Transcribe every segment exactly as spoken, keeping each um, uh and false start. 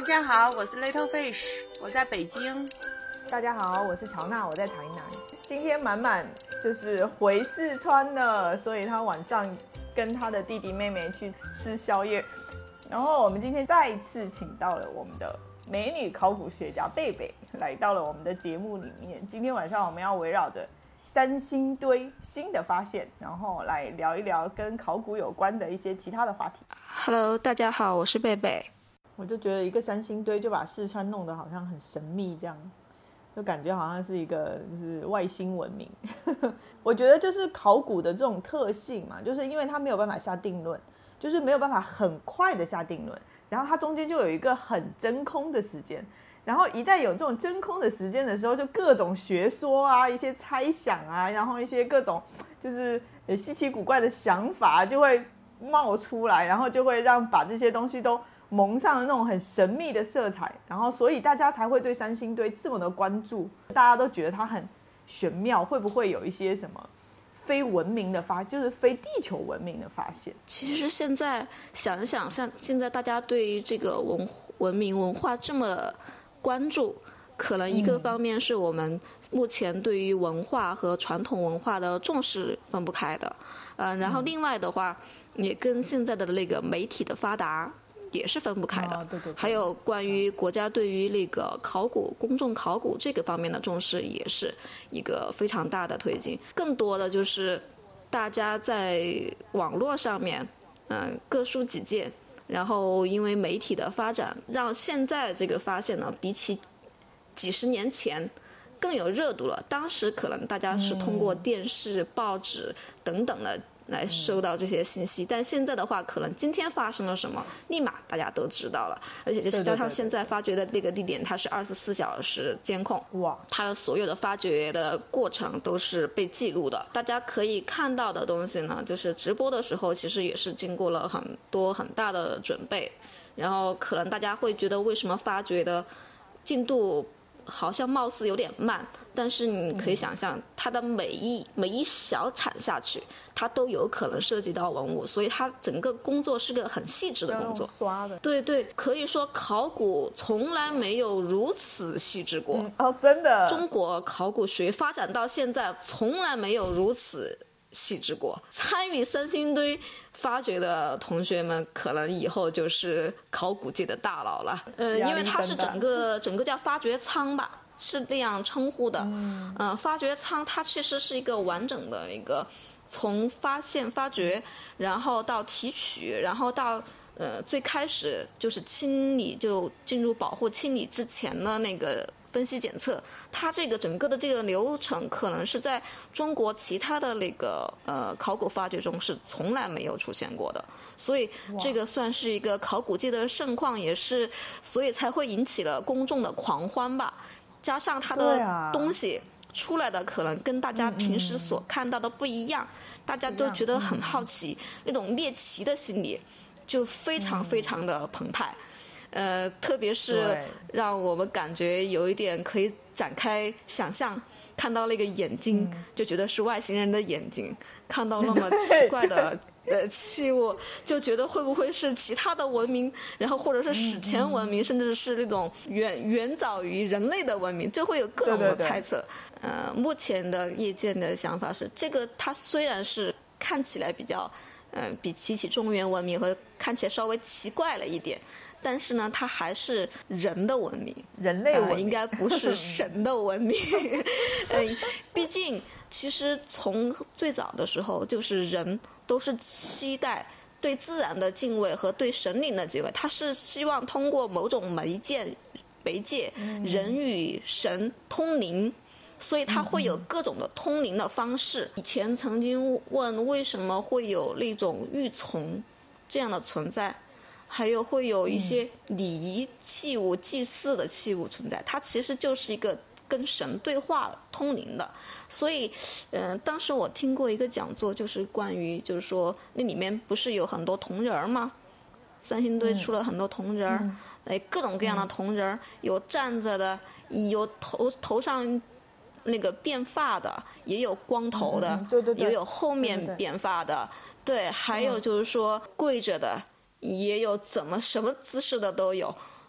家好，我是 Little Fish， 我在北京。 大家好，我是乔娜，我在台南。今天满满就是回四川了，所以他晚上跟他的弟弟妹妹去吃宵夜。然后我们今天再次请到了我们的美女考古学家贝贝来到了我们的节目里面。今天晚上我们要围绕着三星堆新的发现，然后来聊一聊跟考古有关的一些其他的话题。 Hello， 大家好，我是贝贝。 我就觉得一个三星堆就把四川弄得好像很神秘，这样就感觉好像是一个就是外星文明。我觉得就是考古的这种特性嘛，就是因为它没有办法下定论，就是没有办法很快的下定论，然后它中间就有一个很真空的时间，然后一旦有这种真空的时间的时候，就各种学说啊，一些猜想啊，然后一些各种就是稀奇古怪的想法就会冒出来，然后就会让把这些东西都蒙上了那种很神秘的色彩，然后所以大家才会对三星堆这么的关注，大家都觉得它很玄妙，会不会有一些什么非文明的发，就是非地球文明的发现？ 其实现在想一想，像现在大家对于这个文文明文化这么关注，可能一个方面是我们目前对于文化和传统文化的重视分不开的，呃，然后另外的话，也跟现在的那个媒体的发达也是分不开的。 哦、对对对， 还有关于国家对于那个考古、公众考古这个方面的重视，也是一个非常大的推进。更多的就是大家在网络上面，嗯，各抒己见，然后因为媒体的发展，让现在这个发现呢，比起几十年前更有热度了。当时可能大家是通过电视、报纸等等的来收到这些信息，但现在的话，可能今天发生了什么，立马大家都知道了。而且就是加上现在发掘的那个地点，它是二十四小时监控， 哇， 它的所有的发掘的过程都是被记录的。大家可以看到的东西呢，就是直播的时候，其实也是经过了很多很大的准备。然后可能大家会觉得，为什么发掘的进度好像貌似有点慢，但是你可以想象，它的每一每一小铲下去，它都有可能涉及到文物，所以它整个工作是个很细致的工作。 刷的， 对对，可以说考古从来没有如此细致过。 嗯、哦，真的， 中国考古学发展到现在，从来没有如此细致过。参与三星堆发掘的同学们，可能以后就是考古界的大佬了。呃，因为它是整个整个叫发掘舱吧，是这样称呼的。嗯、呃，发掘舱它其实是一个完整的一个，从发现、发掘，然后到提取，然后到呃最开始就是清理，就进入保护清理之前的那个分析检测，它这个整个的这个流程可能是在中国其他的那个呃考古发掘中是从来没有出现过的，所以这个算是一个考古界的盛况，也是所以才会引起了公众的狂欢吧。加上它的东西出来的可能跟大家平时所看到的不一样，嗯、大家都觉得很好奇，嗯、那种猎奇的心理就非常非常的澎湃。嗯、呃，特别是让我们感觉有一点可以展开想象，看到那个眼睛，嗯、就觉得是外星人的眼睛，看到那么奇怪的呃器物，就觉得会不会是其他的文明，然后或者是史前文明，嗯、甚至是那种远远早于人类的文明，就会有各种的猜测。对对对呃，目前的业界的想法是，这个它虽然是看起来比较，嗯、呃，比起起中原文明和看起来稍微奇怪了一点。但是呢，它还是人的文明， 人类文明、 呃、应该不是神的文明。呃，毕竟其实从最早的时候，就是人都是期待对自然的敬畏和对神灵的敬畏，他是希望通过某种媒介，媒介人与神通灵。所以它会有各种的通灵的方式。以前曾经问为什么会有那种玉琮这样的存在，还有会有一些礼仪器物、祭祀的器物存在，它其实就是一个跟神对话通灵的。所以，嗯、呃，当时我听过一个讲座，就是关于，就是说那里面不是有很多铜人吗？三星堆出了很多铜人，嗯、哎，各种各样的铜人，有站着的，有头头上那个变发的，也有光头的， 嗯、对对对也有后面变发的，对, 对, 对, 对，还有就是说跪着的。也有怎么什么姿势的都有，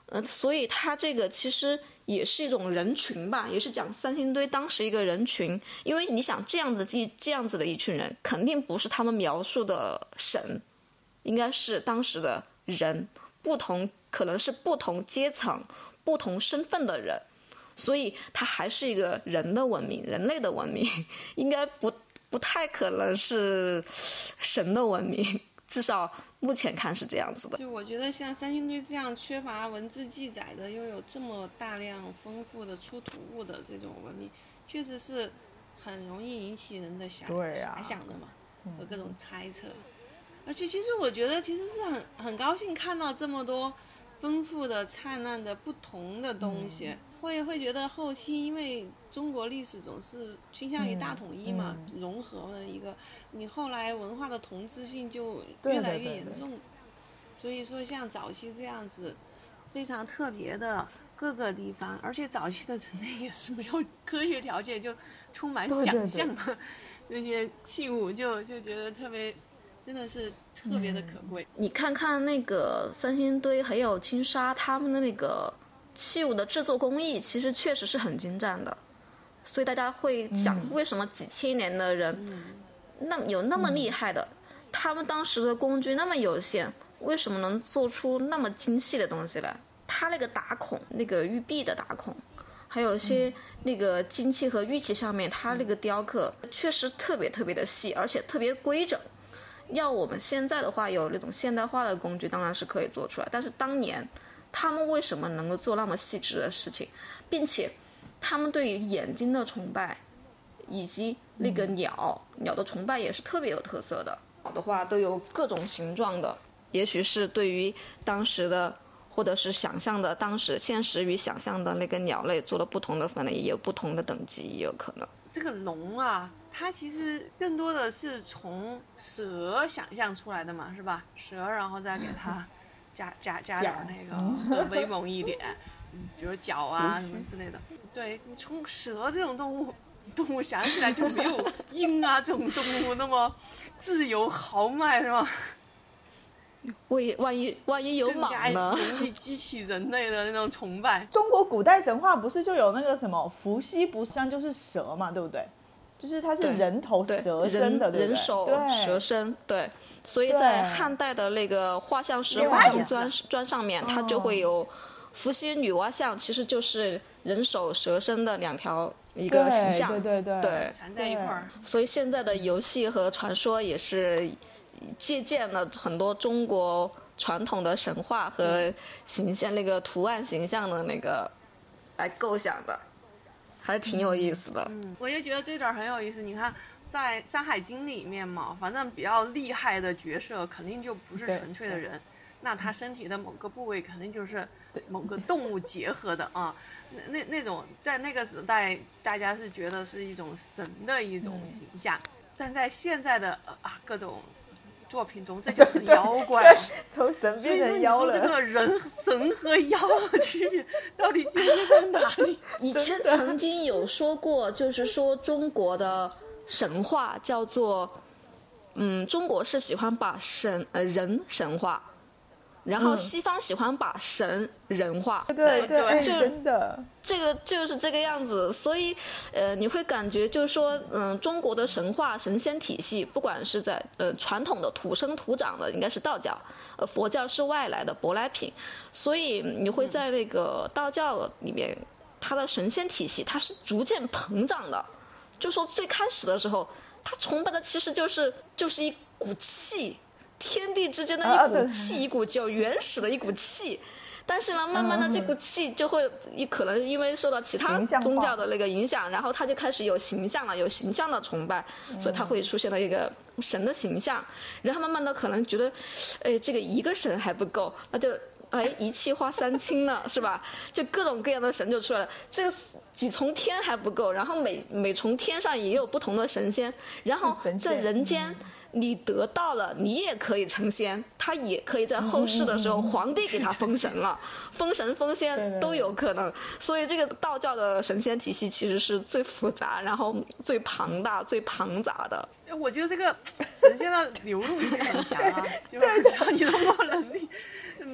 呃，所以它这个其实也是一种人群吧，也是讲三星堆当时一个人群，因为你想这样子这这样子的一群人，肯定不是他们描述的神，应该是当时的人，不同可能是不同阶层、不同身份的人，所以它还是一个人的文明，人类的文明，应该不不太可能是神的文明。至少目前看是这样子的。 就我觉得像三星堆这样缺乏文字记载的，又有这么大量丰富的出土物的这种文明，确实是很容易引起人的遐、 对啊、 遐想的嘛，和各种猜测。而且其实我觉得其实是很很高兴看到这么多丰富的、灿烂的不同的东西。嗯会会觉得后期，因为中国历史总是倾向于大统一嘛，嗯嗯、融合的一个，你后来文化的同质性就越来越严重，对对对对，所以说像早期这样子非常特别的各个地方，而且早期的人类也是没有科学条件，就充满想象的那些器物，就就觉得特别。真的是特别的可贵。 嗯、你看看那个三星堆还有青沙他们的那个器物的制作工艺，其实确实是很精湛的，所以大家会想，为什么几千年的人，嗯、那有那么厉害的，嗯、他们当时的工具那么有限，为什么能做出那么精细的东西来？他那个打孔，那个玉璧的打孔，还有一些那个金器和玉器上面，他那个雕刻确实特别特别的细，而且特别规整。要我们现在的话，有那种现代化的工具，当然是可以做出来。但是当年，他们为什么能够做那么细致的事情，并且他们对于眼睛的崇拜，以及那个鸟、嗯、鸟的崇拜也是特别有特色的。鸟的话都有各种形状的，也许是对于当时的或者是想象的，当时现实与想象的那个鸟类做了不同的分类，也有不同的等级，也有可能。 这个龙啊，它其实更多的是从蛇想象出来的嘛，是吧？蛇，然后再给它加加加点那个威猛一点，嗯，比如角啊什么之类的。对，你从蛇这种动物动物想起来就没有鹰啊这种动物那么自由豪迈，是吧？ 万一万一万一有蟒呢？ 容易激起人类的那种崇拜。 中国古代神话不是就有那个什么伏羲不像就是蛇嘛，对不对？就是它是人头蛇身的， 对, 对, 对, 对人手蛇身，对。所以在汉代的那个画像石画像砖砖上面，它就会有伏羲、女娲像，其实就是人手蛇身的两条一个形象， 对对对对， 缠在一块儿。 所以现在的游戏和传说也是借鉴了很多中国传统的神话和形象、嗯、那个图案形象的那个来构想的，还是挺有意思的。 嗯，我也觉得这点很有意思。你看，在《山海经》里面嘛，反正比较厉害的角色肯定就不是纯粹的人，那他身体的某个部位肯定就是某个动物结合的啊。那那那种在那个时代，大家是觉得是一种神的一种形象，嗯、但在现在的啊各种作品中，这就是妖怪， 从神变成妖了。 所以说，你说这个人神和妖的区别到底界限在哪里？ 以前曾经有说过，就是说中国的神话叫做，嗯，中国是喜欢把神呃人神化，然后西方喜欢把神人化。 嗯、对对对， 就真的。 这个就是这个样子，所以，呃，你会感觉就是说，嗯，中国的神话神仙体系，不管是在呃传统的土生土长的，应该是道教，呃，佛教是外来的舶来品，所以你会在那个道教里面，它的神仙体系它是逐渐膨胀的，就说最开始的时候，它崇拜的其实就是就是一股气，天地之间的一股气，啊、一股叫原始的一股气。但是呢，慢慢的这股气就会，可能因为受到其他宗教的那个影响，然后它就开始有形象了，有形象的崇拜，所以它会出现了一个神的形象。然后慢慢的可能觉得，哎，这个一个神还不够，那就哎一气化三清了，是吧？就各种各样的神就出来了。这个几重天还不够，然后每每重天上也有不同的神仙，然后在人间。你得到了，你也可以成仙，他也可以在后世的时候，皇帝给他封神了，封神封仙都有可能。所以这个道教的神仙体系其实是最复杂，然后最庞大、最庞杂的。 我觉得这个神仙的流动性很强啊，就是只要你的默能力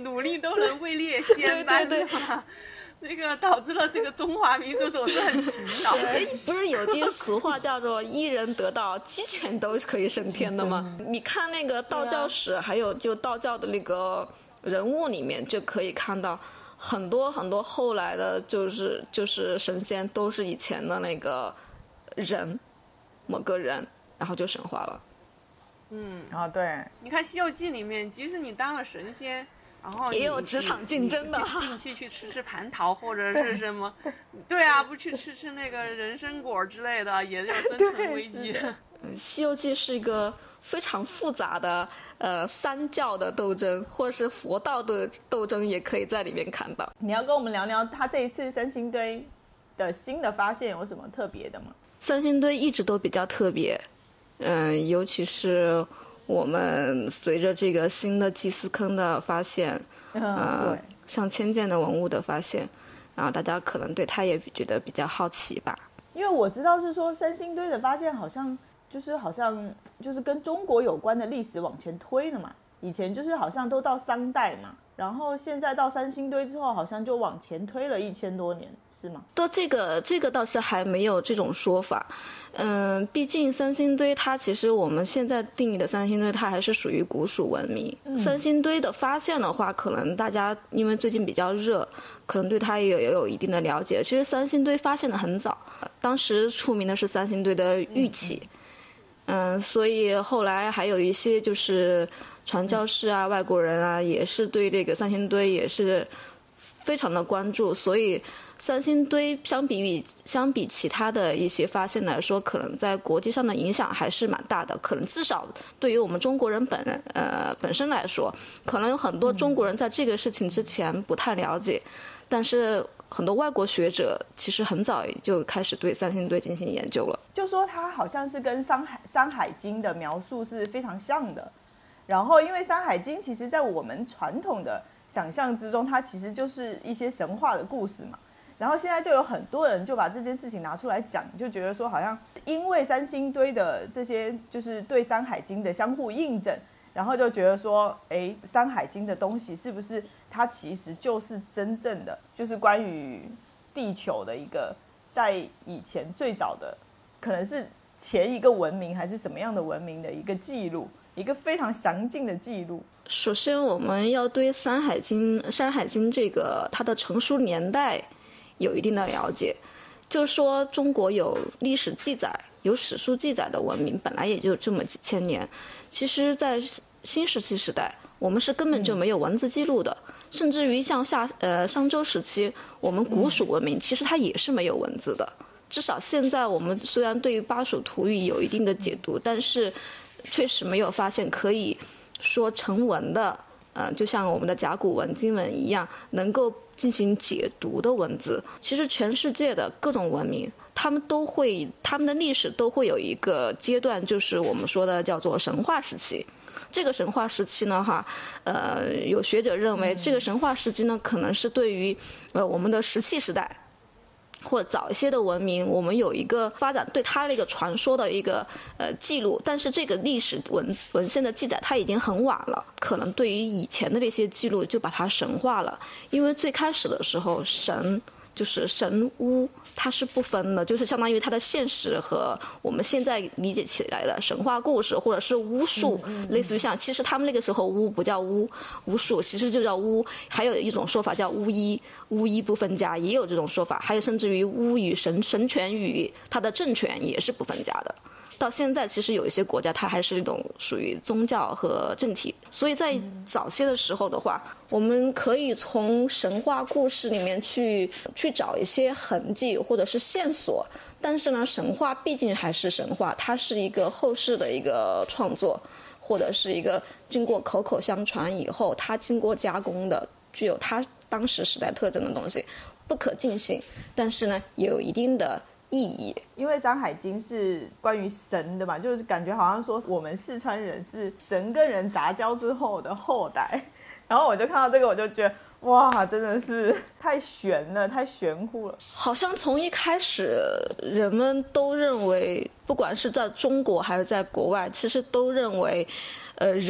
努力都能位列仙班， 对对对吧？那个导致了这个中华民族总是很勤劳。 不是有句俗话叫做一人得道鸡犬都可以升天的吗？你看那个道教史，还有就道教的那个人物里面，就可以看到很多很多后来的就是就是神仙都是以前的那个人，某个人，然后就神化了。 嗯啊，对， 你看《西游记》里面，即使你当了神仙，然后也有职场竞争的， 定期去吃吃蟠桃或者是什么，对啊，不去吃吃那个人参果之类的，也有生存危机。 《西游记》是一个非常复杂的呃三教的斗争，或者是佛道的斗争，也可以在里面看到。 你要跟我们聊聊他这一次三星堆的新的发现有什么特别的吗？ 三星堆一直都比较特别，嗯、呃，尤其是我们随着这个新的祭祀坑的发现，呃， 对， 上千件的文物的发现，然后大家可能对它也觉得比较好奇吧。 因为我知道是说三星堆的发现好像就是好像就是跟中国有关的历史往前推了嘛，以前就是好像都到商代嘛，然后现在到三星堆之后好像就往前推了一千多年，是吗？ 的这个这个倒是还没有这种说法，嗯，毕竟三星堆它其实我们现在定义的三星堆它还是属于古蜀文明。嗯、三星堆的发现的话，可能大家因为最近比较热，可能对它也有也有一定的了解。其实三星堆发现的很早，当时出名的是三星堆的玉器，嗯, 嗯，所以后来还有一些就是传教士啊、外国人啊，也是对这个三星堆也是非常的关注，所以三星堆相比于相比其他的一些发现来说，可能在国际上的影响还是蛮大的。可能至少对于我们中国人本人呃本身来说，可能有很多中国人在这个事情之前不太了解，但是很多外国学者其实很早就开始对三星堆进行研究了。 就说它好像是跟山海山海经的描述是非常像的，然后因为山海经其实在我们传统的想象之中，它其实就是一些神话的故事嘛。然后现在就有很多人就把这件事情拿出来讲，就觉得说好像因为三星堆的这些就是对山海经的相互印证，然后就觉得说，哎，山海经的东西是不是它其实就是真正的就是关于地球的一个在以前最早的可能是前一个文明还是怎么样的文明的一个记录，一个非常详尽的记录。 首先我们要对山海经山海经这个它的成书年代有一定的了解，就是说中国有历史记载有史书记载的文明本来也就这么几千年，其实在新石器时代我们是根本就没有文字记录的、嗯、甚至于像夏呃商周时期我们古蜀文明、嗯、其实它也是没有文字的。至少现在我们虽然对于巴蜀土语有一定的解读，但是确实没有发现可以说成文的呃，就像我们的甲骨文经文一样能够进行解读的文字。其实全世界的各种文明他们都会他们的历史都会有一个阶段，就是我们说的叫做神话时期。这个神话时期呢哈，呃，有学者认为这个神话时期呢可能是对于呃我们的石器时代或者早一些的文明，我们有一个发展对它的一个传说的一个呃记录，但是这个历史文文献的记载它已经很晚了，可能对于以前的那些记录就把它神化了。因为最开始的时候神就是神巫它是不分的，就是相当于它的现实和我们现在理解起来的神话故事或者是巫术、嗯嗯嗯、类似于像其实他们那个时候巫不叫巫巫术，其实就叫巫，还有一种说法叫巫医，巫医不分家也有这种说法，还有甚至于巫与神神权与它的政权也是不分家的。到现在其实有一些国家它还是一种属于宗教和政体，所以在早些的时候的话、嗯、我们可以从神话故事里面去去找一些痕迹或者是线索，但是呢神话毕竟还是神话，它是一个后世的一个创作，或者是一个经过口口相传以后它经过加工的具有它当时时代特征的东西，不可尽信，但是呢也有一定的意义。 因为山海经是关于神的嘛，就是感觉好像说我们四川人是神跟人杂交之后的后代，然后我就看到这个我就觉得哇真的是太玄了，太玄乎了。 好像从一开始人们都认为，不管是在中国还是在国外，其实都认为呃，人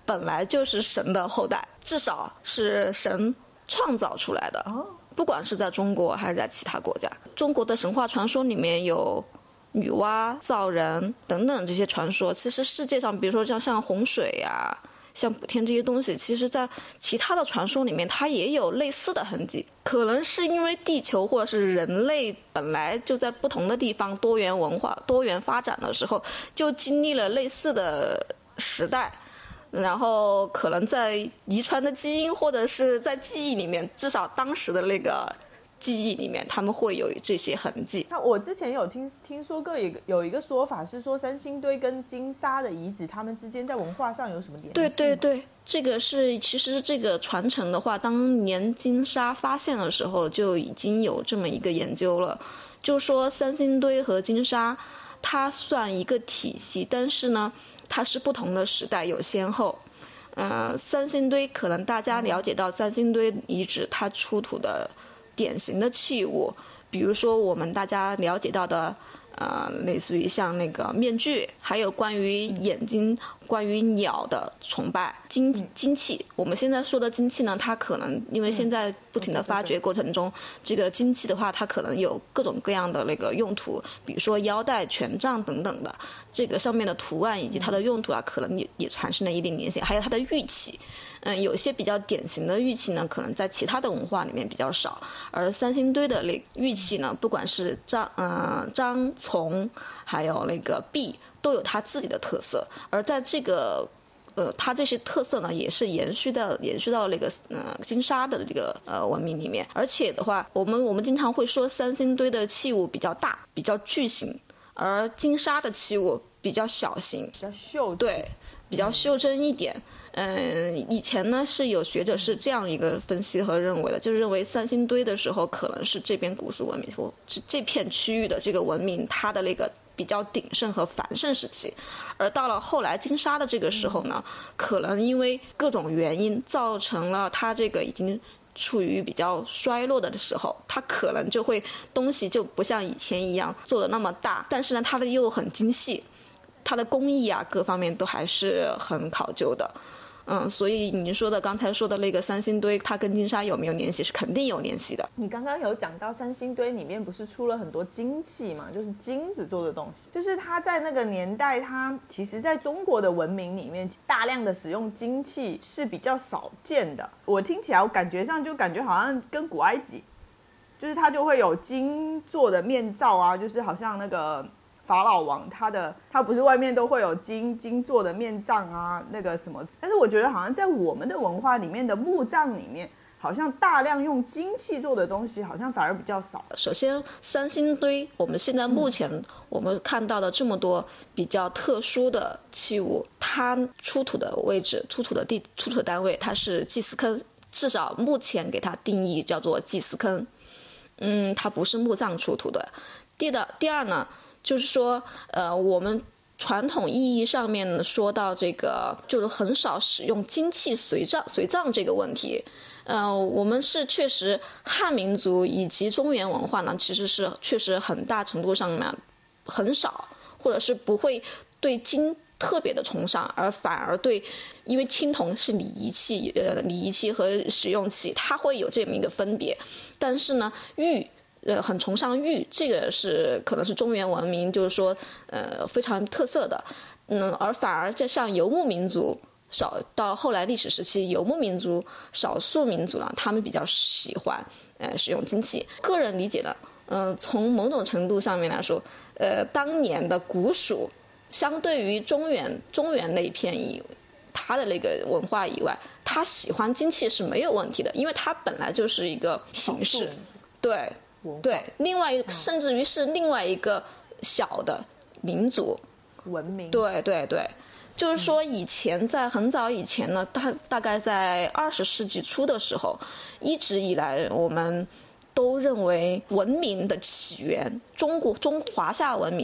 本来就是神的后代，至少是神创造出来的。 哦， 不管是在中国还是在其他国家，中国的神话传说里面有女娲造人等等这些传说，其实世界上比如说像像洪水呀、像补天这些东西，其实在其他的传说里面它也有类似的痕迹。可能是因为地球或者是人类本来就在不同的地方多元文化多元发展的时候，就经历了类似的时代，然后可能在遗传的基因或者是在记忆里面，至少当时的那个记忆里面，他们会有这些痕迹。 那我之前有听听说过有一个有一个说法是说三星堆跟金沙的遗址，他们之间在文化上有什么联系？ 对对对，这个是其实这个传承的话，当年金沙发现的时候就已经有这么一个研究了，就是说三星堆和金沙它算一个体系，但是呢它是不同的时代有先后。呃，三星堆可能大家了解到三星堆遗址它出土的典型的器物，比如说我们大家了解到的呃，类似于像那个面具，还有关于眼睛、关于鸟的崇拜、金金器。我们现在说的金器呢，它可能因为现在不停的发掘过程中，这个金器的话，它可能有各种各样的那个用途，比如说腰带、权杖等等的，这个上面的图案以及它的用途啊，可能也也产生了一定联系。还有它的玉器。嗯，有些比较典型的玉器呢，可能在其他的文化里面比较少，而三星堆的那玉器呢，不管是章、呃、章、从，还有那个璧，都有它自己的特色。而在这个，呃，它这些特色呢，也是延续到延续到那个呃金沙的这个呃文明里面。而且的话，我们我们经常会说三星堆的器物比较大，比较巨型，而金沙的器物比较小型， 比较秀气， 对，比较袖珍一点。嗯，以前呢是有学者是这样一个分析和认为的，就是认为三星堆的时候可能是这边古蜀文明，说这片区域的这个文明它的那个比较鼎盛和繁盛时期，而到了后来金沙的这个时候呢，可能因为各种原因造成了它这个已经处于比较衰落的时候，它可能就会东西就不像以前一样做的那么大，但是呢它的又很精细，它的工艺啊各方面都还是很考究的。嗯，所以您说的刚才说的那个三星堆，它跟金沙有没有联系？是肯定有联系的。 你刚刚有讲到三星堆里面不是出了很多金器嘛，就是金子做的东西，就是它在那个年代，它其实在中国的文明里面，大量的使用金器是比较少见的。我听起来，我感觉上就感觉好像跟古埃及，就是它就会有金做的面罩啊，就是好像那个法老王他的他不是外面都会有金金做的面杖啊，那个什么，但是我觉得好像在我们的文化里面的墓葬里面，好像大量用金器做的东西好像反而比较少。 首先三星堆我们现在目前我们看到的这么多比较特殊的器物，它出土的位置出土的地出土的单位它是祭祀坑，至少目前给它定义叫做祭祀坑。嗯，它不是墓葬出土的。第的第二呢，就是说，呃，我们传统意义上面说到这个，就是很少使用金器随葬随葬这个问题。呃，我们是确实汉民族以及中原文化呢，其实是确实很大程度上面很少，或者是不会对金特别的崇尚，而反而对，因为青铜是礼仪器，呃，礼仪器和使用器，它会有这么一个分别。但是呢，玉。呃，很崇尚玉，这个是可能是中原文明，就是说，呃，非常特色的。嗯，而反而就像游牧民族，少到后来历史时期，游牧民族、少数民族呢，他们比较喜欢呃使用金器。个人理解的，嗯、呃，从某种程度上面来说，呃，当年的古蜀，相对于中原中原那一片以它的那个文化以外，他喜欢金器是没有问题的，因为它本来就是一个形式，对。对，另外甚至于是另外一个小的民族文明， 对对对，就是说以前在很早以前呢，大大概在二十世纪初的时候，一直以来我们都认为文明的起源，中国中华夏文明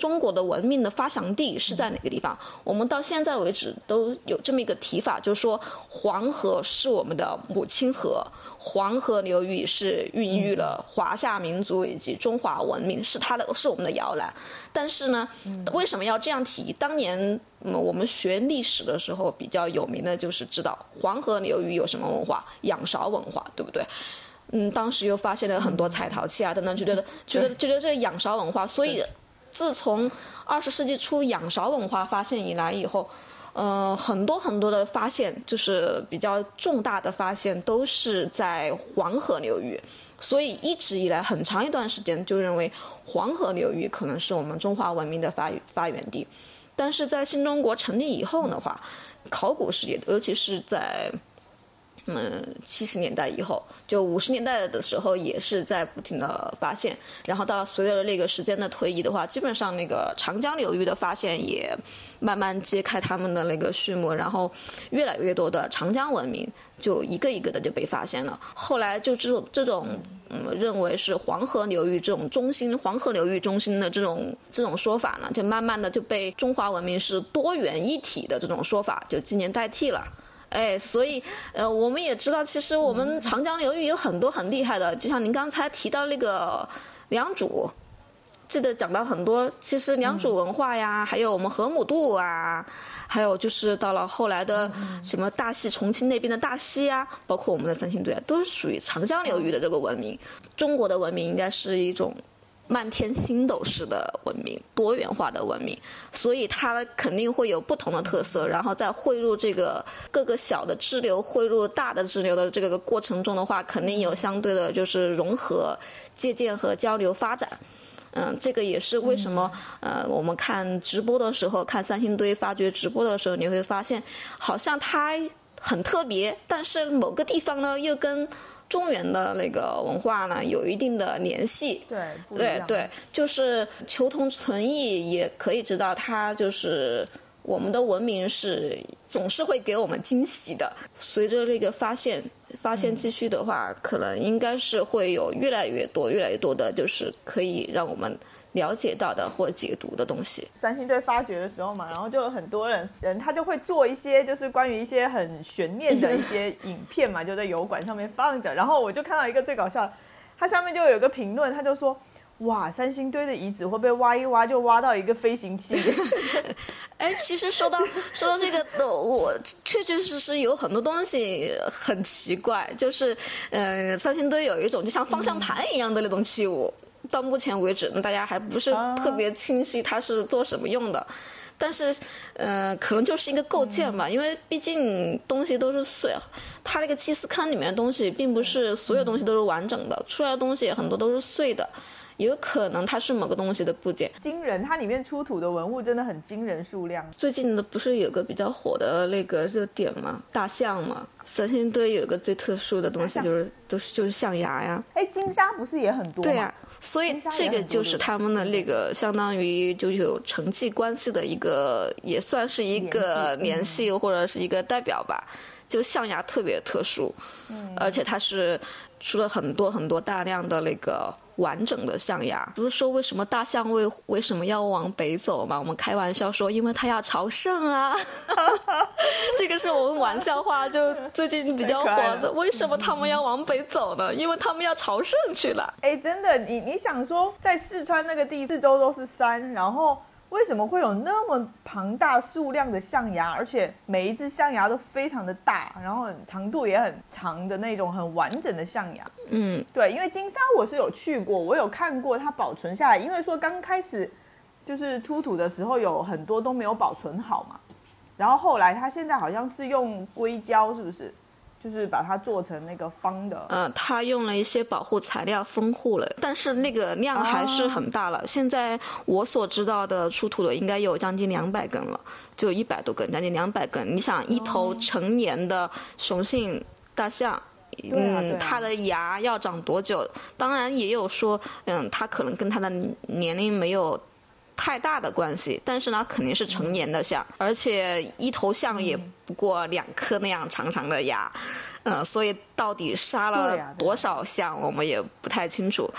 中国的文明的发祥地是在哪个地方？我们到现在为止都有这么一个提法，就是说黄河是我们的母亲河，黄河流域是孕育了华夏民族以及中华文明，是它的是我们的摇篮。但是呢，为什么要这样提？当年嗯我们学历史的时候比较有名的就是知道黄河流域有什么文化，仰韶文化，对不对？嗯，当时又发现了很多彩陶器啊等等，觉得觉得觉得这仰韶文化，所以自从二十世纪初仰韶文化发现以来以后，呃，很多很多的发现，就是比较重大的发现，都是在黄河流域。所以一直以来很长一段时间就认为黄河流域可能是我们中华文明的发发源地。但是在新中国成立以后的话，考古事业，尤其是在嗯，七十年代以后，就五十年代的时候，也是在不停的发现。然后到随着那个时间的推移的话，基本上那个长江流域的发现也慢慢揭开他们的那个序幕，然后越来越多的长江文明就一个一个的就被发现了。后来就这种这种嗯，认为是黄河流域这种中心，黄河流域中心的这种这种说法呢，就慢慢的就被中华文明是多元一体的这种说法就今年代替了。哎，所以呃，我们也知道，其实我们长江流域有很多很厉害的，就像您刚才提到那个良渚，这个讲到很多，其实良渚文化呀，还有我们河姆渡啊，还有就是到了后来的什么大溪、重庆那边的大溪啊，包括我们的三星堆啊，都是属于长江流域的这个文明。中国的文明应该是一种漫天星斗式的文明，多元化的文明，所以它肯定会有不同的特色，然后在汇入这个各个小的支流汇入大的支流的这个过程中的话，肯定有相对的就是融合、借鉴和交流发展。嗯，这个也是为什么呃，我们看直播的时候，看三星堆发掘直播的时候，你会发现好像它很特别，但是某个地方呢又跟中原的那个文化呢有一定的联系。 对对对，就是求同存异，也可以知道它就是我们的文明是总是会给我们惊喜的。随着这个发现发现继续的话，可能应该是会有越来越多越来越多的就是可以让我们了解到的或解读的东西。 三星堆发掘的时候嘛，然后就有很多人人他就会做一些就是关于一些很悬念的一些影片嘛，就在油管上面放着。然后我就看到一个最搞笑的，它上面就有一个评论，他就说哇，三星堆的遗址会被挖一挖就挖到一个飞行器。 哎，其实说到说到这个的，我确确实实有很多东西很奇怪，就是呃，三星堆有一种就像方向盘一样的那种器物，嗯、到目前为止呢，大家还不是特别清晰它是做什么用的。但是，呃，可能就是一个构建吧，因为毕竟东西都是碎，它那个祭祀坑里面的东西，并不是所有东西都是完整的，出来的东西很多都是碎的。有可能它是某个东西的部件， 惊人，它里面出土的文物真的很惊人数量。 最近的不是有个比较火的那个热点吗？大象嘛，三星堆有个最特殊的东西就是都是就是象牙呀。 哎，金沙不是也很多吗？ 对呀、啊，所以这个就是他们的那个相当于就有承继关系的一个，也算是一个联系或者是一个代表吧。就象牙特别特殊，嗯，而且它是出了很多很多大量的那个完整的象牙。不是说为什么大象为为什么要往北走嘛？我们开玩笑说，因为它要朝圣啊。这个是我们玩笑话，就最近比较火的。为什么他们要往北走呢？因为他们要朝圣去了。 哎，真的，你你想说，在四川那个地四周都是山，然后为什么会有那么庞大数量的象牙，而且每一只象牙都非常的大，然后长度也很长的那种很完整的象牙。 嗯， 对，因为金沙我是有去过，我有看过它保存下来，因为说刚开始就是出土的时候有很多都没有保存好嘛，然后后来它现在好像是用硅胶，是不是？就是把它做成那个方的， 呃，它用了一些保护材料封护了，但是那个量还是很大了。哦、现在我所知道的出土的应该有将近两百根了，就一百多根，将近两百根。你想，一头成年的雄性大象， 哦、 嗯，它的牙要长多久？当然也有说，嗯，它可能跟它的年龄没有太大的关系，但是呢，肯定是成年的象，嗯、而且一头象也不过两颗那样长长的牙，嗯、呃，所以到底杀了多少象，我们也不太清楚。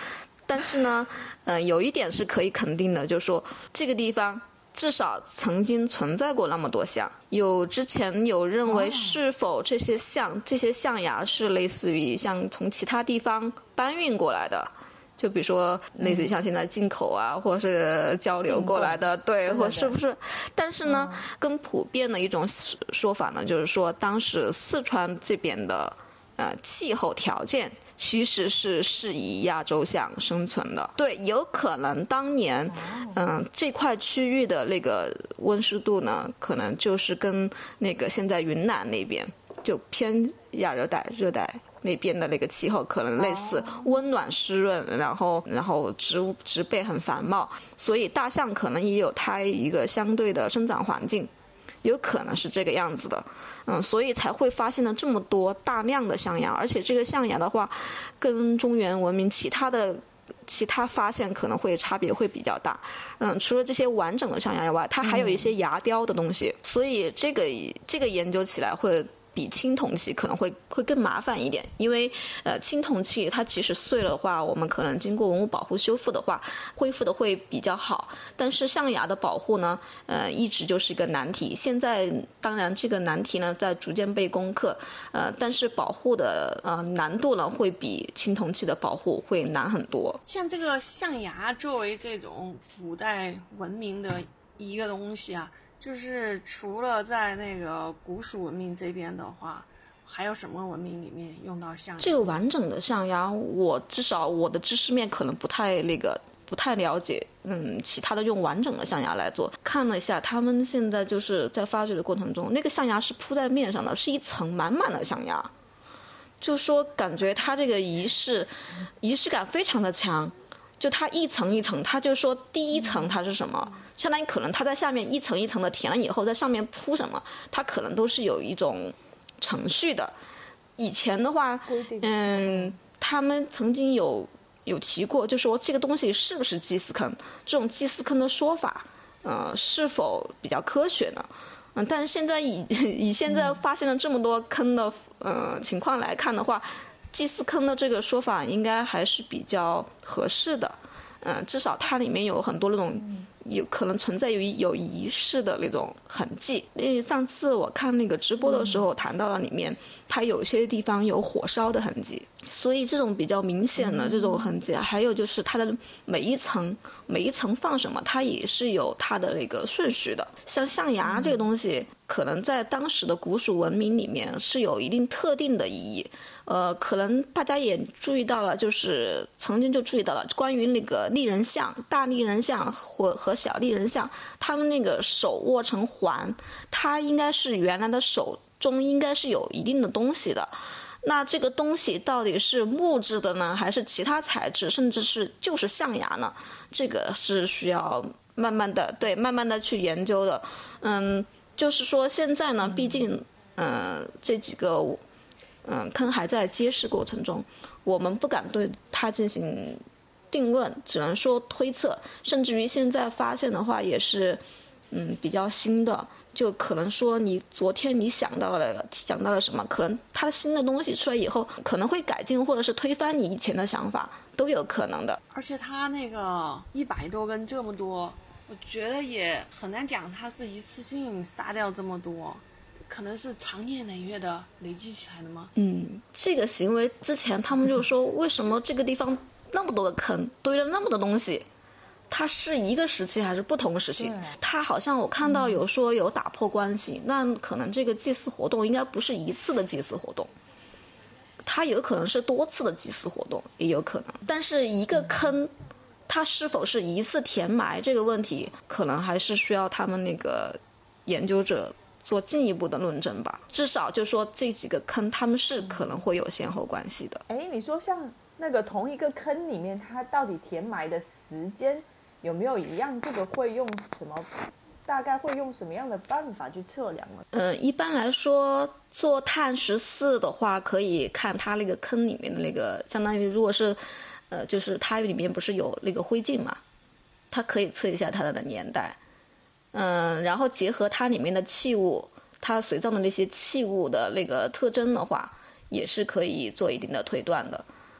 但是呢，呃，有一点是可以肯定的，就是说这个地方至少曾经存在过那么多象。有之前有认为是否这些象、这些象牙是类似于像从其他地方搬运过来的，就比如说类似于像现在进口啊，嗯、或者是交流过来的，对，或是不是？但是呢，嗯、更普遍的一种说法呢，就是说当时四川这边的呃气候条件其实是适宜亚洲象生存的。对，有可能当年嗯、呃、这块区域的那个温湿度呢，可能就是跟那个现在云南那边就偏亚热带热带那边的那个气候可能类似，温暖湿润，然后然后植物植被很繁茂，所以大象可能也有它一个相对的生长环境，有可能是这个样子的。嗯，所以才会发现了这么多大量的象牙，而且这个象牙的话跟中原文明其他的其他发现可能会差别会比较大。嗯，除了这些完整的象牙以外，它还有一些牙雕的东西，嗯、所以这个这个研究起来会比青铜器可能会会更麻烦一点，因为呃青铜器它即使碎了的话，我们可能经过文物保护修复的话，恢复的会比较好。但是象牙的保护呢，呃一直就是一个难题。现在当然这个难题呢在逐渐被攻克，呃但是保护的呃难度呢会比青铜器的保护会难很多。 像这个象牙作为这种古代文明的一个东西啊。就是除了在那个古蜀文明这边的话，还有什么文明里面用到象牙？ 这个完整的象牙，我至少我的知识面可能不太那个不太了解。嗯，其他的用完整的象牙来做，看了一下，他们现在就是在发掘的过程中，那个象牙是铺在面上的，是一层满满的象牙，就说感觉它这个仪式仪式感非常的强。就它一层一层，它就说第一层它是什么，相当于可能它在下面一层一层的填了以后，在上面铺什么，它可能都是有一种程序的。以前的话，嗯，他们曾经有有提过，就说这个东西是不是祭祀坑，这种祭祀坑的说法，呃，是否比较科学呢？嗯，但是现在以以现在发现了这么多坑的呃情况来看的话。祭祀坑的这个说法应该还是比较合适的，嗯、呃，至少它里面有很多那种有可能存在于有仪式的那种痕迹。因为上次我看那个直播的时候谈到了里面，它有些地方有火烧的痕迹，所以这种比较明显的这种痕迹，还有就是它的每一层每一层放什么，它也是有它的那个顺序的。像象牙这个东西，可能在当时的古蜀文明里面是有一定特定的意义。呃，可能大家也注意到了，就是曾经就注意到了关于那个立人像、大立人像或和小立人像，他们那个手握成环，它应该是原来的手中应该是有一定的东西的。那这个东西到底是木质的呢，还是其他材质，甚至是就是象牙呢？这个是需要慢慢的对慢慢的去研究的。嗯，就是说现在呢，毕竟嗯、呃、这几个。嗯，坑还在揭示过程中，我们不敢对它进行定论，只能说推测。甚至于现在发现的话，也是嗯比较新的，就可能说你昨天你想到了想到了什么，可能它新的东西出来以后，可能会改进或者是推翻你以前的想法，都有可能的。 而且它那个一百多根这么多，我觉得也很难讲它是一次性杀掉这么多。可能是长年累月的累积起来的吗？ 嗯，这个行为之前他们就说，为什么这个地方那么多的坑，堆了那么多东西？它是一个时期还是不同时期？它好像我看到有说有打破关系，嗯、那可能这个祭祀活动应该不是一次的祭祀活动，它有可能是多次的祭祀活动，也有可能。但是一个坑，它是否是一次填埋这个问题，可能还是需要他们那个研究者。做进一步的论证吧，至少就说这几个坑他们是可能会有先后关系的。 哎，你说像那个同一个坑里面，它到底填埋的时间有没有一样？这个会用什么？大概会用什么样的办法去测量呢？ 嗯，一般来说做碳十四的话，可以看它那个坑里面的那个，相当于如果是，呃，就是它里面不是有那个灰烬嘛，它可以测一下它的年代。嗯，然后结合它里面的器物，它随葬的那些器物的那个特征的话，也是可以做一定的推断的。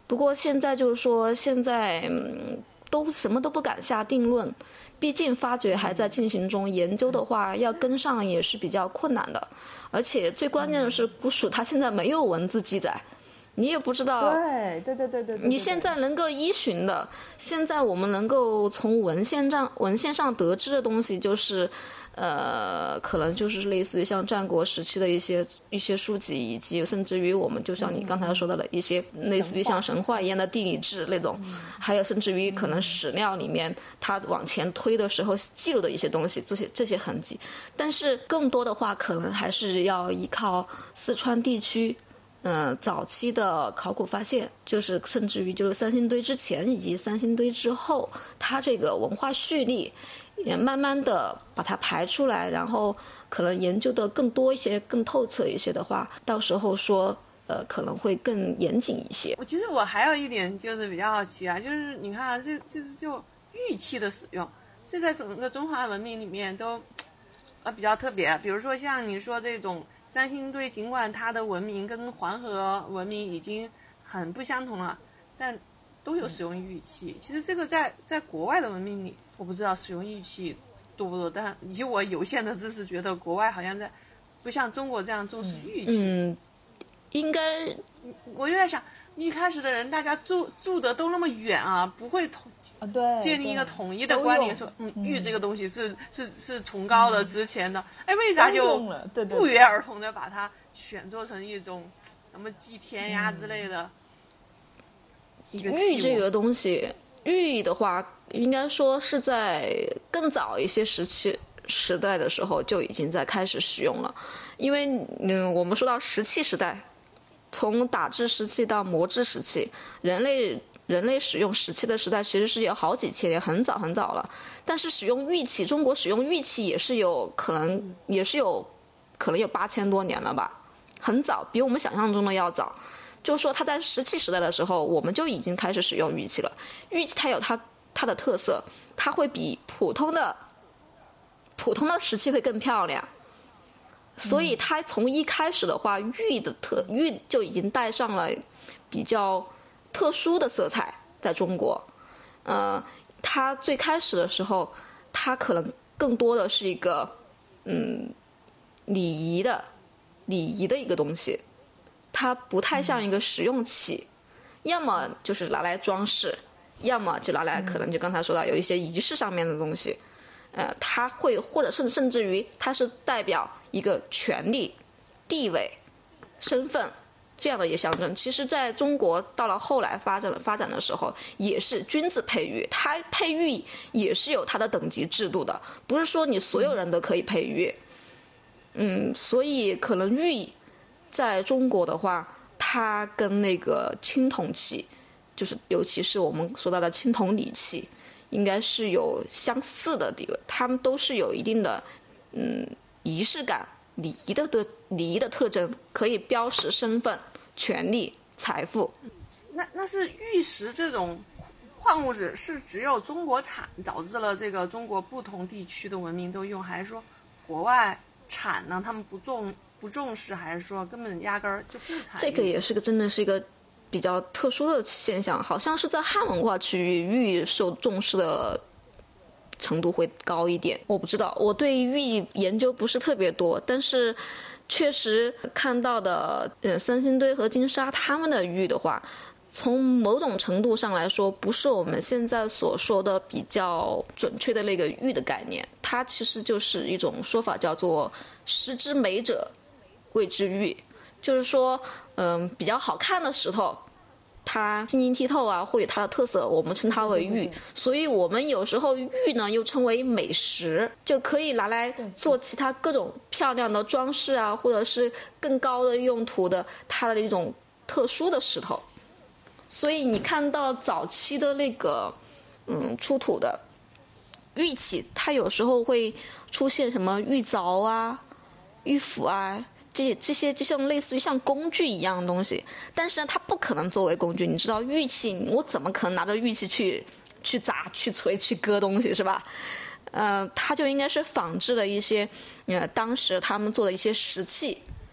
不过现在就是说，现在嗯都什么都不敢下定论，毕竟发掘还在进行中，研究的话要跟上也是比较困难的。而且最关键的是，古蜀它现在没有文字记载，你也不知道。 对对对对对对。 你现在能够依循的，现在我们能够从文献上文献上得知的东西，就是呃，可能就是类似于像战国时期的一些一些书籍，以及甚至于我们就像你刚才说到的一些类似于像神话一样的地理志那种，还有甚至于可能史料里面它往前推的时候记录的一些东西，这些这些痕迹。但是更多的话，可能还是要依靠四川地区。嗯、呃，早期的考古发现，就是甚至于就是三星堆之前以及三星堆之后，它这个文化序列也慢慢的把它排出来，然后可能研究的更多一些、更透彻一些的话，到时候说呃可能会更严谨一些。 我其实我还有一点就是比较好奇啊，就是你看啊，这这就玉器的使用，这在整个中华文明里面都呃比较特别，比如说像你说这种。三星堆尽管它的文明跟黄河文明已经很不相同了，但都有使用玉器。其实这个在在国外的文明里，我不知道使用玉器多不多，但以我有限的知识，觉得国外好像在不像中国这样重视玉器。 嗯，应该我就在想，一开始的人大家住住的都那么远啊，不会统、 啊、对建立一个统一的观念，说嗯，玉这个东西是是是崇高的、值钱的。哎，为啥就不约而同的把它选做成一种什么祭天呀之类的？一个玉这个东西，玉的话，应该说是在更早一些时期时代的时候就已经在开始使用了，因为嗯，我们说到石器时代。从打制石器到磨制石器，人类人类使用石器的时代其实是有好几千年，很早很早了。但是使用玉器，中国使用玉器也是有可能，也是有可能有八千多年了吧，很早，比我们想象中的要早。就是说，它在石器时代的时候，我们就已经开始使用玉器了。玉器它有它它的特色，它会比普通的普通的石器会更漂亮。所以它从一开始的话，玉的特玉就已经带上了比较特殊的色彩，在中国，呃，它最开始的时候，它可能更多的是一个嗯礼仪的礼仪的一个东西，它不太像一个实用器，要么就是拿来装饰，要么就拿来可能就刚才说到有一些仪式上面的东西。呃，它会或者甚甚至于它是代表一个权力、地位、身份这样的一个象征。其实在中国到了后来发展发展的时候，也是君子配玉，它配玉也是有它的等级制度的，不是说你所有人都可以配玉。嗯，所以可能玉在中国的话，它跟那个青铜器，就是尤其是我们说到的青铜礼器。应该是有相似的地位，他们都是有一定的嗯仪式感、礼仪的的礼仪的特征，可以标识身份、权利、财富。 那那是玉石这种矿物质是只有中国产，导致了这个中国不同地区的文明都用，还是说国外产呢？他们不重不重视，还是说根本压根儿就不产？ 这个也是个真的是一个。比较特殊的现象，好像是在汉文化区域，玉受重视的程度会高一点。我不知道，我对玉研究不是特别多，但是确实看到的，呃，三星堆和金沙他们的玉的话，从某种程度上来说，不是我们现在所说的比较准确的那个玉的概念，它其实就是一种说法，叫做石之美者，谓之玉。就是说，嗯，比较好看的石头，它晶莹剔透啊，会有它的特色，我们称它为玉。所以我们有时候玉呢又称为美石，就可以拿来做其他各种漂亮的装饰啊，或者是更高的用途的它的一种特殊的石头。所以你看到早期的那个嗯出土的玉器，它有时候会出现什么玉凿啊、玉斧啊。这些这些就像类似于像工具一样的东西，但是呢，它不可能作为工具。你知道玉器，我怎么可能拿着玉器去去砸、去锤、去割东西，是吧？呃，它就应该是仿制了一些，呃，当时他们做的一些石器，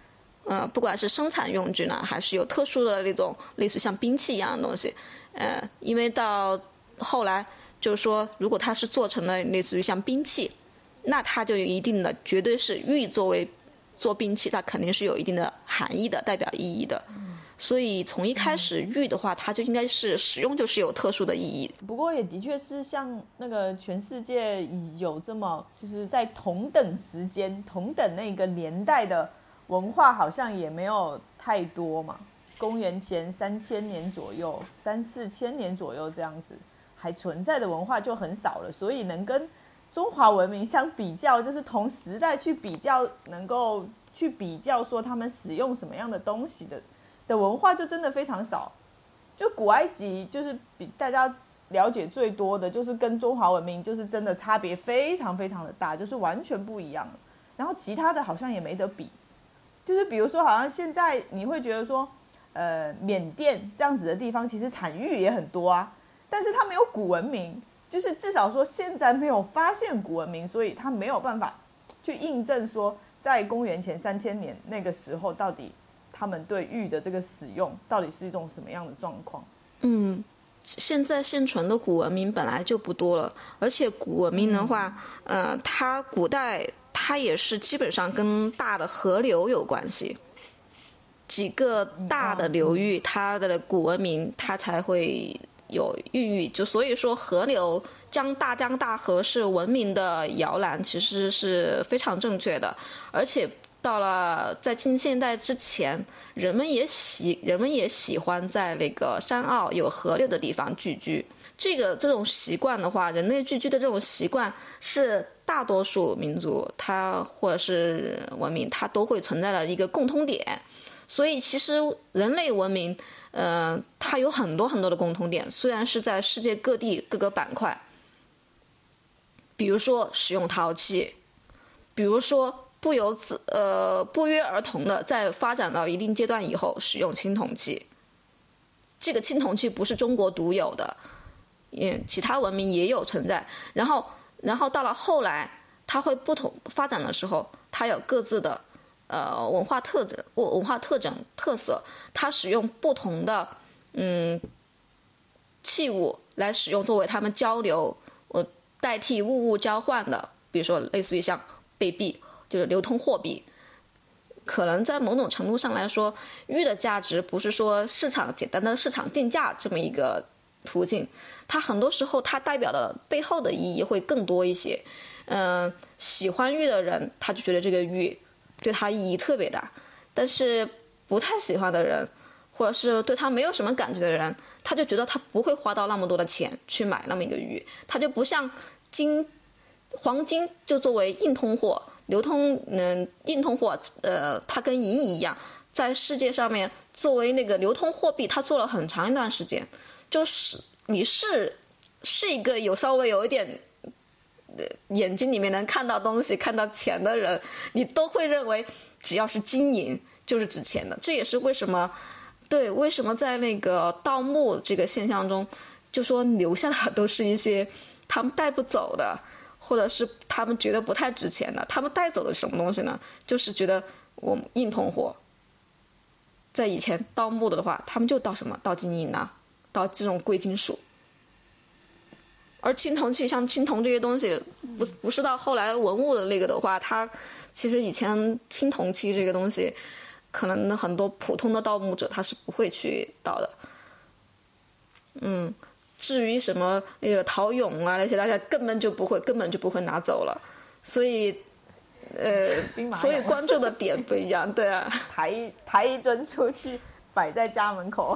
呃，不管是生产用具呢，还是有特殊的那种类似像兵器一样的东西，呃，因为到后来就是说，如果它是做成了类似于像兵器，那它就有一定的，绝对是玉作为做兵器，它肯定是有一定的含义的，代表意义的。所以从一开始玉的话，它就应该是使用就是有特殊的意义。 不过也的确是像那个全世界有这么就是在同等时间、同等那个年代的文化，好像也没有太多嘛。公元前三千年左右、三四千年左右这样子还存在的文化就很少了，所以能跟中华文明相比较，就是同时代去比较，能够去比较说他们使用什么样的东西的。的文化就真的非常少，就古埃及就是比大家了解最多的，就是跟中华文明就是真的差别非常非常的大，就是完全不一样。然后其他的好像也没得比，就是比如说好像现在你会觉得说，呃，缅甸这样子的地方其实产玉也很多啊，但是它没有古文明，就是至少说现在没有发现古文明，所以它没有办法去印证说在公元前三千年那个时候到底。他们对玉的这个使用到底是一种什么样的状况？ 嗯，现在现存的古文明本来就不多了，而且古文明的话，嗯、呃，它古代它也是基本上跟大的河流有关系，几个大的流域，它的古文明它才会有孕育，就所以说河流江大江大河是文明的摇篮，其实是非常正确的，而且。到了在近现代之前，人们也喜人们也喜欢在那个山坳有河流的地方聚居。这个这种习惯的话，人类聚居的这种习惯是大多数民族它或者是文明它都会存在的一个共通点。所以其实人类文明，呃，它有很多很多的共通点，虽然是在世界各地各个板块，比如说使用陶器，比如说。不由自呃不约而同的在发展到一定阶段以后使用青铜器，这个青铜器不是中国独有的，嗯，其他文明也有存在。然后然后到了后来，它会不同发展的时候，它有各自的呃文化特征、文化特征特色，它使用不同的嗯器物来使用作为他们交流，呃代替物物交换的，比如说类似于像贝币。就是流通货币，可能在某种程度上来说，玉的价值不是说市场简单的市场定价这么一个途径，它很多时候它代表的背后的意义会更多一些。嗯、呃，喜欢玉的人，他就觉得这个玉对他意义特别大，但是不太喜欢的人，或者是对他没有什么感觉的人，他就觉得他不会花到那么多的钱去买那么一个玉，他就不像金、黄金就作为硬通货。流通嗯，硬通货呃，它跟银一样，在世界上面作为那个流通货币，它做了很长一段时间。就是你是是一个有稍微有一点、呃、眼睛里面能看到东西、看到钱的人，你都会认为只要是金银就是值钱的。这也是为什么对为什么在那个盗墓这个现象中，就说留下的都是一些他们带不走的。或者是他们觉得不太值钱的，他们带走的什么东西呢？就是觉得我们硬通货。在以前盗墓的话，他们就盗什么？盗金银啊，盗这种贵金属。而青铜器，像青铜这些东西，不不是到后来文物的那个的话，它其实以前青铜器这个东西，可能很多普通的盗墓者他是不会去盗的。嗯。至于什么那个陶俑啊那些，大家根本就不会，根本就不会拿走了，所以，呃，所以关注的点不一样，对啊。 抬抬一尊出去摆在家门口，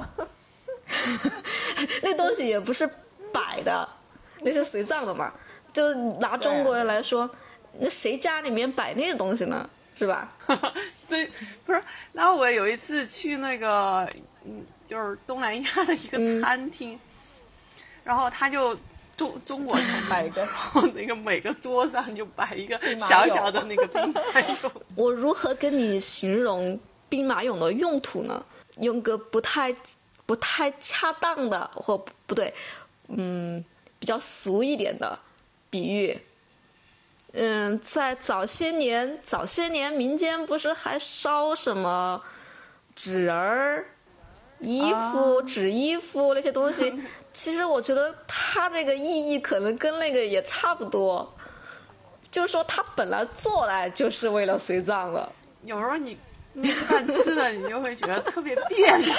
那东西也不是摆的，那是随葬的嘛。就拿中国人来说，那谁家里面摆那个东西呢？是吧？ 对，不是。然后我有一次去那个，嗯，就是东南亚的一个餐厅。嗯，然后他就中中国菜摆个， 然后那个每个桌上就摆一个小小的那个兵马俑。 我如何跟你形容兵马俑的用途呢？用个不太不太恰当的，或不对，嗯，比较俗一点的比喻， 嗯，在早些年，早些年民间不是还烧什么纸人儿、衣服、 啊纸衣服那些东西？其实我觉得它这个意义可能跟那个也差不多，就是说它本来做来就是为了随葬的。 有时候你那饭吃了，你就会觉得特别别扭。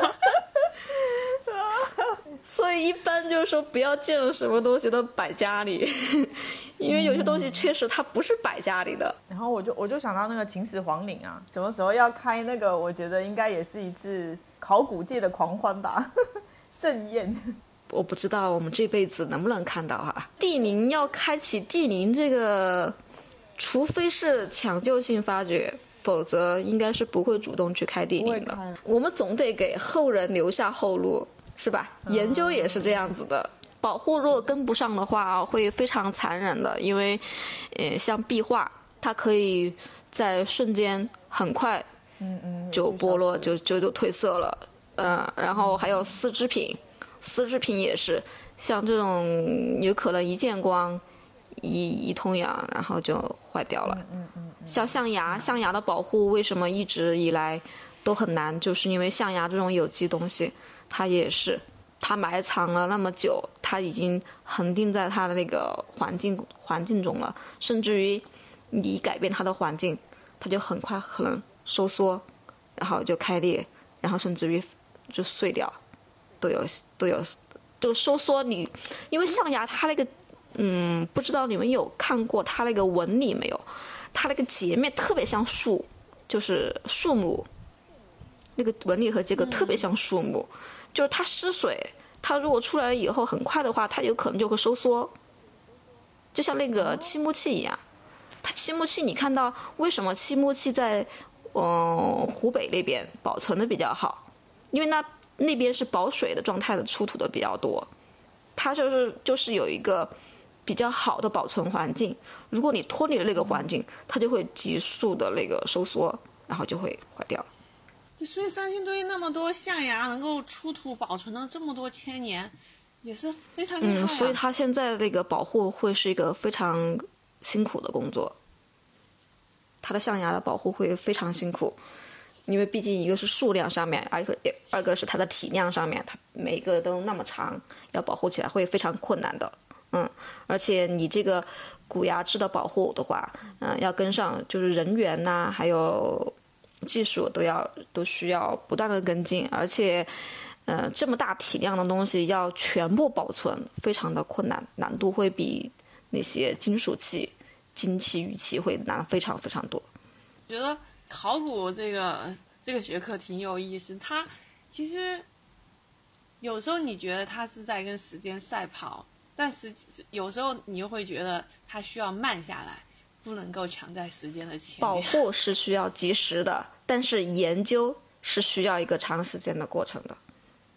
所以一般就是说不要见什么东西都摆家里，因为有些东西确实它不是摆家里的。 然后我就我就想到那个秦始皇陵啊，什么时候要开那个？我觉得应该也是一次考古界的狂欢吧，盛宴。 我不知道我们这辈子能不能看到哈。帝陵要开启帝陵这个，除非是抢救性发掘，否则应该是不会主动去开帝陵的。我们总得给后人留下后路，是吧？研究也是这样子的。保护如果跟不上的话，会非常残忍的，因为，呃，像壁画，它可以在瞬间很快， 嗯嗯， 就剥落，就就就褪色了。嗯、呃，然后还有丝织品，丝织品也是，像这种有可能一见光，一一通氧，然后就坏掉了。 嗯嗯嗯。 像象牙，象牙的保护为什么一直以来都很难？就是因为象牙这种有机东西，它也是。它埋藏了那么久，它已经恒定在它的那个环境环境中了，甚至于你改变它的环境，它就很快可能收缩，然后就开裂，然后甚至于就碎掉，都有都有。就收缩你，因为象牙它那个，嗯，不知道你们有看过它那个纹理没有？它那个截面特别像树，就是树木，那个纹理和结构特别像树木。嗯，就是它失水，它如果出来了以后很快的话，它有可能就会收缩，就像那个漆木器一样。它漆木器，你看到为什么漆木器在嗯、呃、湖北那边保存的比较好？因为那那边是保水的状态的出土的比较多，它就是就是有一个比较好的保存环境。如果你脱离了那个环境，它就会急速的那个收缩，然后就会坏掉。 所以三星堆那么多象牙能够出土保存了这么多千年，也是非常厉害、啊。 嗯，所以它现在的这个保护会是一个非常辛苦的工作。它的象牙的保护会非常辛苦，因为毕竟一个是数量上面，而二个是它的体量上面，它每个都那么长，要保护起来会非常困难的。嗯，而且你这个骨牙质的保护的话，嗯，要跟上就是人员呐、啊，还有技术都要都需要不断的跟进，而且，呃，这么大体量的东西要全部保存，非常的困难，难度会比那些金属器、金器、玉器会难非常非常多。 觉得考古这个这个学科挺有意思，它其实有时候你觉得它是在跟时间赛跑，但是有时候你又会觉得它需要慢下来。不能够抢在时间的前面。 保护是需要及时的，但是研究是需要一个长时间的过程的。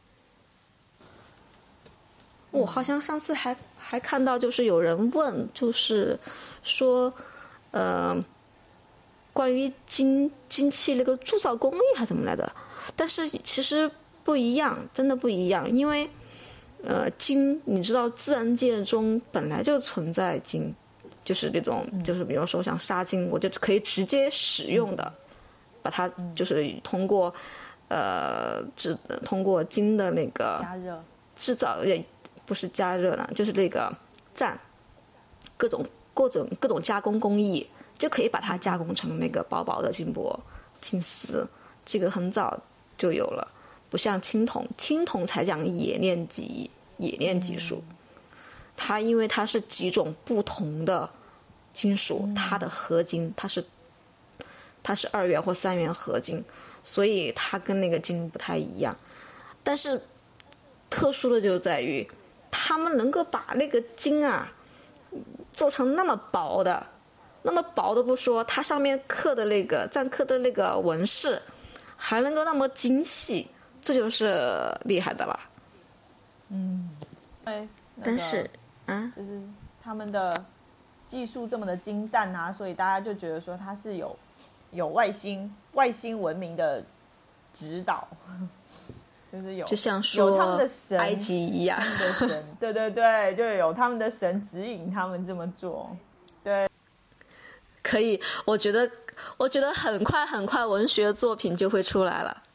我好像上次还还看到，就是有人问，就是说，呃，关于金金器那个铸造工艺还怎么来的？但是其实不一样，真的不一样，因为，呃，金你知道，自然界中本来就存在金。就是那种，就是比如说像砂金，我就可以直接使用的，把它就是通过，呃，制通过金的那个加热制造，也不是加热呢，就是那个蘸各种各种各种加工工艺，就可以把它加工成那个薄薄的金箔、金丝，这个很早就有了，不像青铜，青铜才讲冶炼技冶炼技术。嗯，它因为它是几种不同的金属，它的合金它是它是二元或三元合金，所以它跟那个金不太一样。但是特殊的就在于，他们能够把那个金啊做成那么薄的，那么薄的不说，它上面刻的那个篆刻的那个纹饰还能够那么精细，这就是厉害的了。 嗯，对，那个、 但是啊， 就是他们的技术这么的精湛啊，所以大家就觉得说它是有有外星外星文明的指导，就是有就像说有他们的神埃及一样， 他们的神，对对对，就有他们的神指引他们这么做。对， 可以，我觉得我觉得很快很快文学作品就会出来了。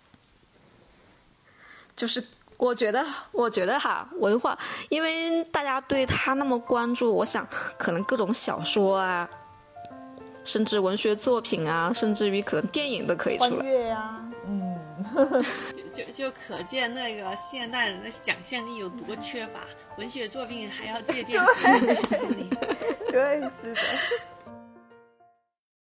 就是我觉得我觉得哈，文化，因为大家对他那么关注，我想可能各种小说啊，甚至文学作品啊，甚至于可能电影都可以出来。 穿越啊，嗯， 就就就可见那个现代人的想象力有多缺乏，文学作品还要借鉴他们的想象力。 对，是的。